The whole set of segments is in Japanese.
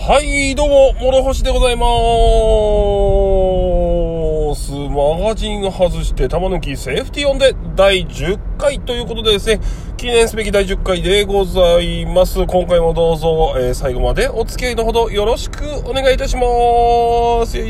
はい、どうも、諸星でございます。マガジン外して玉抜きセーフティーオンで第10回ということでですね、記念すべき第10回でございます。今回もどうぞ、最後までお付き合いのほどよろしくお願いいたします。と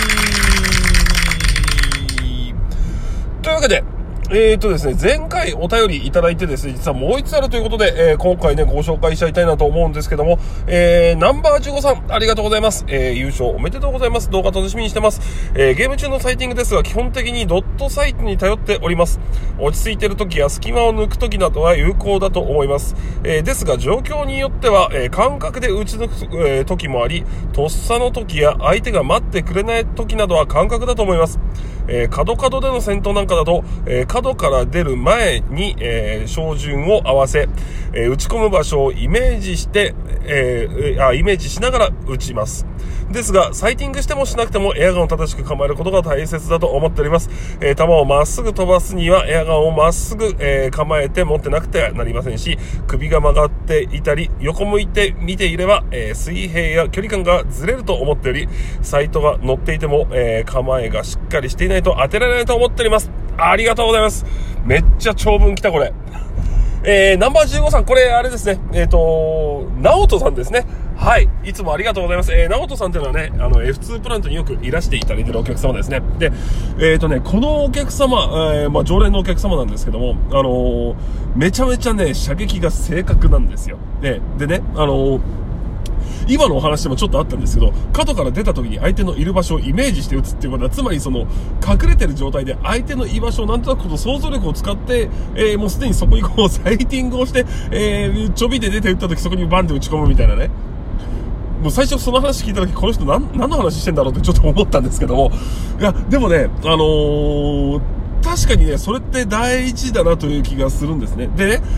いうわけで、ですね、前回お便りいただいてですね、実はもう一つあるということで、今回ね、ご紹介したいなと思うんですけども、ナンバー15さん、ありがとうございます。優勝おめでとうございます。動画楽しみにしてます。ゲーム中のサイティングですが、基本的にドットサイトに頼っております。落ち着いている時や隙間を抜く時などは有効だと思います。ですが、状況によっては、感覚で打ち抜く、時もあり、とっさの時や相手が待ってくれない時などは感覚だと思います。角での戦闘なんかだと、角から出る前に、照準を合わせ、打ち込む場所をイメージして、イメージしながら打ちます。ですが、サイティングしてもしなくてもエアガンを正しく構えることが大切だと思っております。球をまっすぐ飛ばすにはエアガンをまっすぐ、構えて持ってなくてはなりませんし、首が曲がっていたり、横向いて見ていれば、水平や距離感がずれると思っており、サイトが乗っていても、構えがしっかりしていないと当てられないと思っております。ありがとうございます。めっちゃ長文来たこれ。ナンバー15さん、これあれですね。直人さんですね。はい。いつもありがとうございます。直人さんというのはね、F2 プラントによくいらしていただいているお客様ですね。で、このお客様、常連のお客様なんですけども、めちゃめちゃね、射撃が正確なんですよ。でね、今のお話でもちょっとあったんですけど、角から出た時に相手のいる場所をイメージして撃つっていうことは、つまりその、隠れてる状態で相手の居場所をなんとなくこの想像力を使って、もうすでにそこにこう、サイティングをして、ちょびで出て撃った時そこにバンで撃ち込むみたいなね。もう最初その話聞いた時、この人何の話してんだろうってちょっと思ったんですけども、いや、でもね、確かにね、それって大事だなという気がするんですね。でね、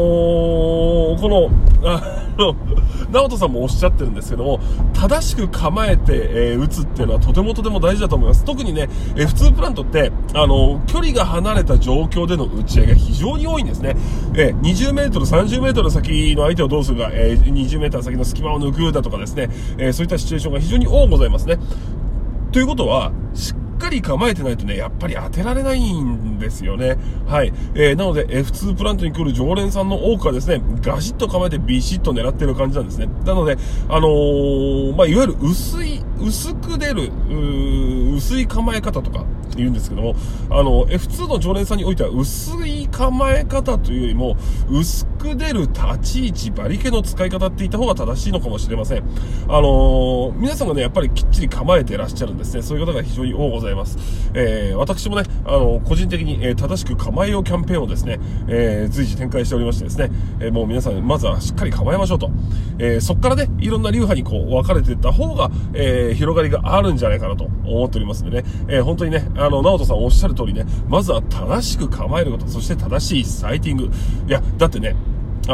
直人さんもおっしゃってるんですけども、正しく構えて、撃つっていうのはとても大事だと思います。特にね、F2 プラントって、距離が離れた状況での打ち合いが非常に多いんですね。20メートル、30メートル先の相手をどうするか、20メートル先の隙間を抜くだとかですね、そういったシチュエーションが非常に多くございますね。ということは、しっかり構えてないとね、やっぱり当てられないんですよね。はい。なので F2 プラントに来る常連さんの多くはですね、ガシッと構えてビシッと狙ってる感じなんですね。なので、いわゆる薄く出る、薄い構え方とか言うんですけども、F2 の常連さんにおいては薄い構え方というよりも、薄く出る立ち位置、馬力の使い方って言った方が正しいのかもしれません。皆さんがね、やっぱりきっちり構えていらっしゃるんですね。そういう方が非常に多くございます。私もね、個人的に、正しく構えようキャンペーンをですね、随時展開しておりましてですね、もう皆さん、まずはしっかり構えましょうと。そっからね、いろんな流派にこう、分かれていった方が、広がりがあるんじゃないかなと思っておりますんでね、本当にね、直人さんおっしゃる通りね、まずは正しく構えること、そして正しいサイティング。いや、だってね、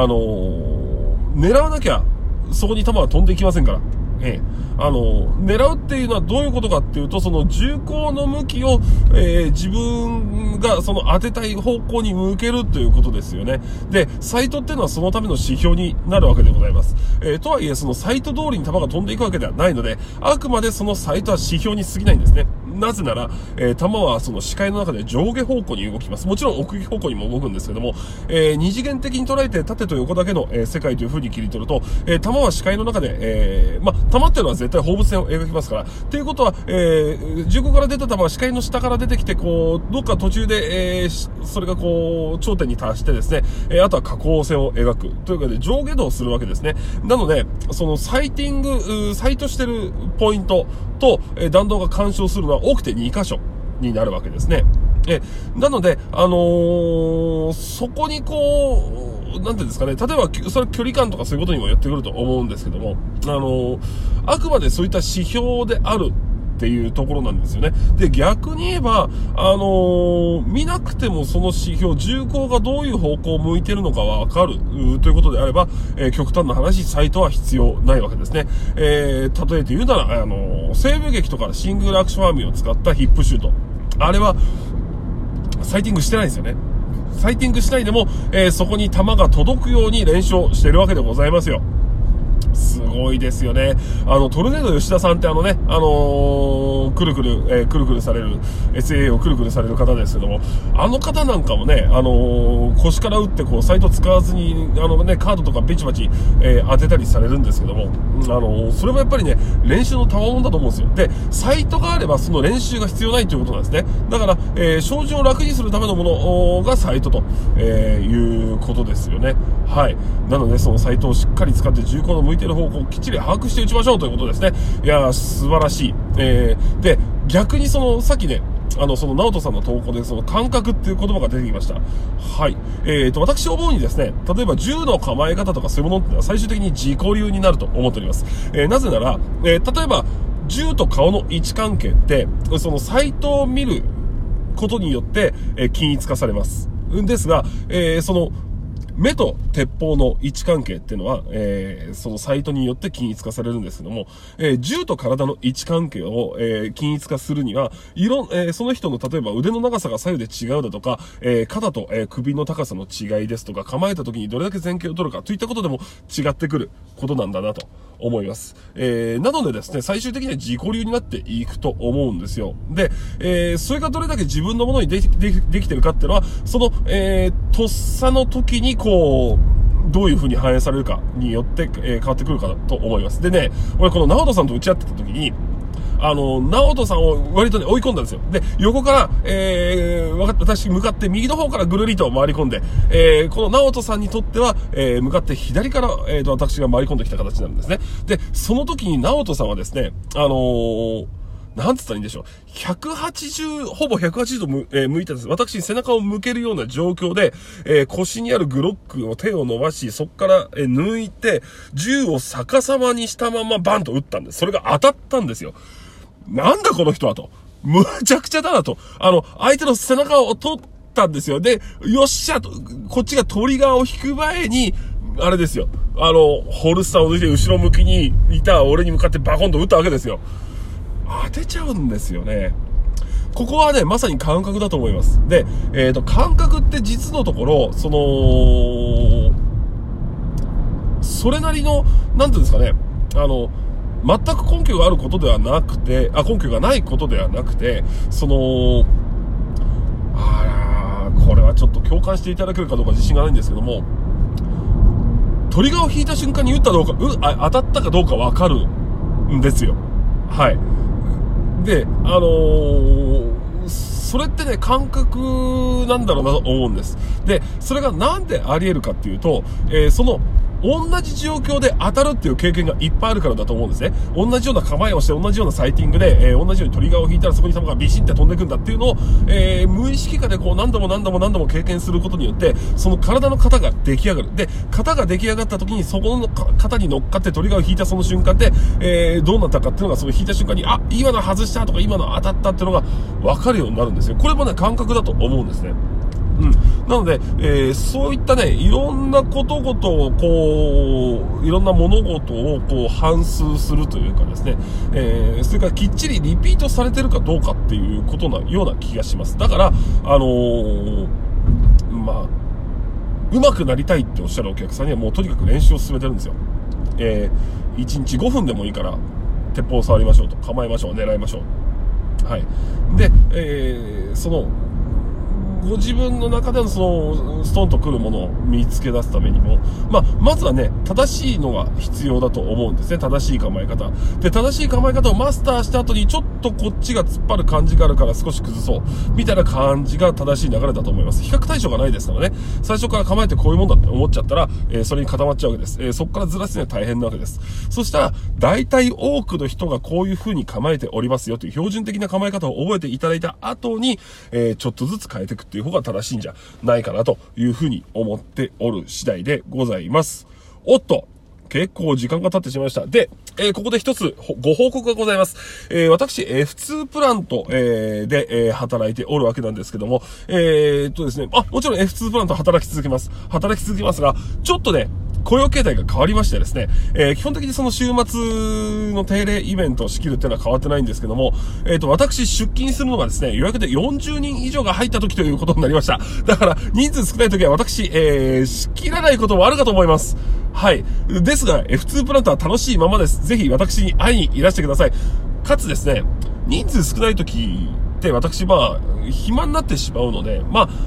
狙わなきゃ、そこに弾は飛んでいきませんから。狙うっていうのはどういうことかっていうと、その銃口の向きを、自分がその当てたい方向に向けるということですよね。で、サイトっていうのはそのための指標になるわけでございます。とはいえ、そのサイト通りに弾が飛んでいくわけではないので、あくまでそのサイトは指標に過ぎないんですね。なぜなら、弾はその視界の中で上下方向に動きます。もちろん奥方向にも動くんですけども、二次元的に捉えて縦と横だけの、世界という風に切り取ると、弾は視界の中で、弾っていうのは絶対放物線を描きますから。っていうことは、銃口から出た弾は視界の下から出てきて、こう、どっか途中で、それがこう、頂点に達してですね、あとは下降線を描く。というかで、上下動するわけですね。なので、そのサイティング、サイトしてるポイントと、弾道が干渉するのは多くて2箇所になるわけですね。なので、そこにこう、なんていうんですかね、例えば、それ距離感とかそういうことにも寄ってくると思うんですけども、あくまでそういった指標であるっていうところなんですよね。で、逆に言えば、見なくてもその指標、銃口がどういう方向を向いてるのかわかるということであれば、極端な話、サイトは必要ないわけですね。例えて言うなら、西部劇とかシングルアクションアーミーを使ったヒップシュート。あれは、サイティングしてないんですよね。サイティングしないでも、そこに弾が届くように練習をしているわけでございますよ。 すごいですよね。トルネード吉田さんってくるくるされる、SA をくるくるされる方ですけども、あの方なんかもね、腰から打ってサイト使わずに、カードとかバチバチ、当てたりされるんですけども、それもやっぱりね、練習の賜物だと思うんですよ。で、サイトがあればその練習が必要ないということなんですね。だから、照準を楽にするためのものがサイトと、いうことですよね。はい。なので、そのサイトをしっかり使って重厚の向いている方向をきっちり把握して打ちましょうということですね。いやー、素晴らしい。で、逆にさっきね、直人さんの投稿で感覚っていう言葉が出てきました。はい。私思うにですね、例えば銃の構え方とかそういうものってのは最終的に自己流になると思っております。なぜなら、例えば、銃と顔の位置関係って、サイトを見ることによって、均一化されます。ですが、目と鉄砲の位置関係っていうのは、そのサイトによって均一化されるんですけども、銃と体の位置関係を、均一化するには、その人の例えば腕の長さが左右で違うだとか、肩と、首の高さの違いですとか、構えた時にどれだけ前傾を取るかといったことでも違ってくることなんだなと思います。なのでですね、最終的には自己流になっていくと思うんですよ。で、それがどれだけ自分のものにできてるかっていうのは、とっさの時にどういう風に反映されるかによって、変わってくるかと思います。でね、俺この直人さんと打ち合ってた時に、直人さんを割とね、追い込んだんですよ。で、横から、私向かって右の方からぐるりと回り込んで、この直人さんにとっては、向かって左から、私が回り込んできた形なんですね。で、その時に直人さんはですね、なんつったらいいんでしょう。ほぼ180度向いてです。私に背中を向けるような状況で、腰にあるグロックを手を伸ばし、そこから、抜いて、銃を逆さまにしたままバンと撃ったんです。それが当たったんですよ。なんだこの人はと。むちゃくちゃだなと。相手の背中を取ったんですよ。で、よっしゃと、こっちがトリガーを引く前に、あれですよ。ホルスターを抜いて後ろ向きにいた俺に向かってバコンと撃ったわけですよ。当てちゃうんですよね。ここはね、まさに感覚だと思います。で、感覚って実のところ、それなりの、なんていうんですかね、全く根拠があることではなくて、根拠がないことではなくて、これはちょっと共感していただけるかどうか自信がないんですけども、トリガーを引いた瞬間に撃ったどうか、当たったかどうかわかるんですよ。はい。で、それってね、感覚なんだろうなと思うんです。で、それがなんであり得るかっていうと、同じ状況で当たるっていう経験がいっぱいあるからだと思うんですね。同じような構えをして、同じようなサイティングで、同じようにトリガーを引いたらそこに球がビシッて飛んでくんだっていうのを、無意識化で何度も経験することによって、その体の型が出来上がる。で、型が出来上がった時に、そこの型に乗っかってトリガーを引いたその瞬間で、どうなったかっていうのが、その引いた瞬間に、今の外したとか、今の当たったっていうのが分かるようになるんですよ。これもね、感覚だと思うんですね。なので、そういったね、いろんなことごとをいろんな物事を反芻するというかですね、それからきっちりリピートされてるかどうかっていうことなような気がします。だから、うまくなりたいっておっしゃるお客さんにはもうとにかく練習を進めてるんですよ。1日5分でもいいから、鉄砲を触りましょうと、構えましょう、狙いましょう。はい。で、ご自分の中でのストンと来るものを見つけ出すためにも、まずはね、正しいのが必要だと思うんですね。正しい構え方。で、正しい構え方をマスターした後に、ちょっとこっちが突っ張る感じがあるから少し崩そう。みたいな感じが正しい流れだと思います。比較対象がないですからね。最初から構えてこういうもんだって思っちゃったら、それに固まっちゃうわけです。そこからずらすには大変なわけです。そしたら、大体多くの人がこういう風に構えておりますよという標準的な構え方を覚えていただいた後に、ちょっとずつ変えていくっていう方が正しいんじゃないかなというふうに思っておる次第でございます。おっと、結構時間が経ってしまいました。で、ここで一つご報告がございます。私 F2 プラント、で、働いておるわけなんですけども、ですね、もちろん F2 プラント働き続けます。働き続けますが、ちょっとね、雇用形態が変わりましてですね、基本的にその週末の定例イベントを仕切るっていうのは変わってないんですけども、私出勤するのがですね、予約で40人以上が入った時ということになりました。だから、人数少ない時は私、仕切らないこともあるかと思います。 はい。ですが、F2 プラントは楽しいままです。ぜひ私に会いにいらしてください。かつですね、人数少ない時って私、暇になってしまうので、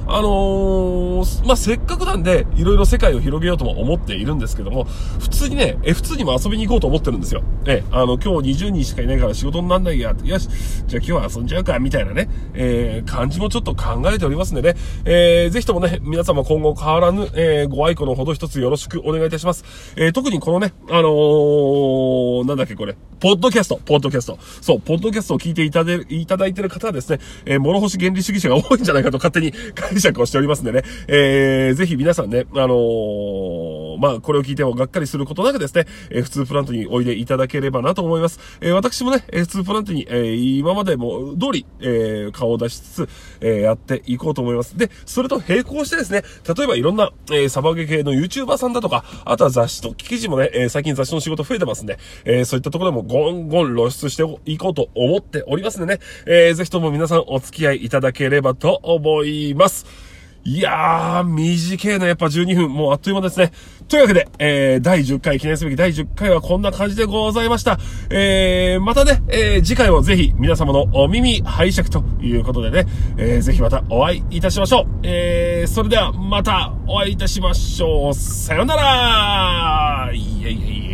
せっかくなんで、いろいろ世界を広げようとも思っているんですけども、普通にね、F2 にも遊びに行こうと思ってるんですよ。今日20人しかいないから仕事になんないや、よし、じゃあ今日は遊んじゃうか、みたいなね、感じもちょっと考えておりますんでね、ぜひともね、皆様今後変わらぬ、ご愛顧のほど一つよろしくお願いいたします。特にこのね、なんだっけこれ、ポッドキャスト。そう、ポッドキャストを聞いていただいている方はですね、諸星原理主義者が多いんじゃないかと勝手に解釈をしておりますんでね、ぜひ皆さんね、これを聞いてもがっかりすることなくですね、普通プラントにおいでいただければなと思います。私もね、普通プラントに、今までも通り、顔を出しつつ、やっていこうと思います。で、それと並行してですね、例えばいろんな、サバゲ系の YouTuber さんだとか、あとは雑誌と記事もね、最近雑誌の仕事増えてますんで、そういったところでもゴンゴン露出していこうと思っておりますんでね、ぜひとも皆さんお付き合いいただければと思います。いやー、短いな、やっぱ12分、もうあっという間ですね。というわけで、第10回、記念すべき第10回はこんな感じでございました。またね、次回もぜひ皆様のお耳拝借ということでね、ぜひまたお会いいたしましょう。それではまたお会いいたしましょう。さよなら。いえいえいえ。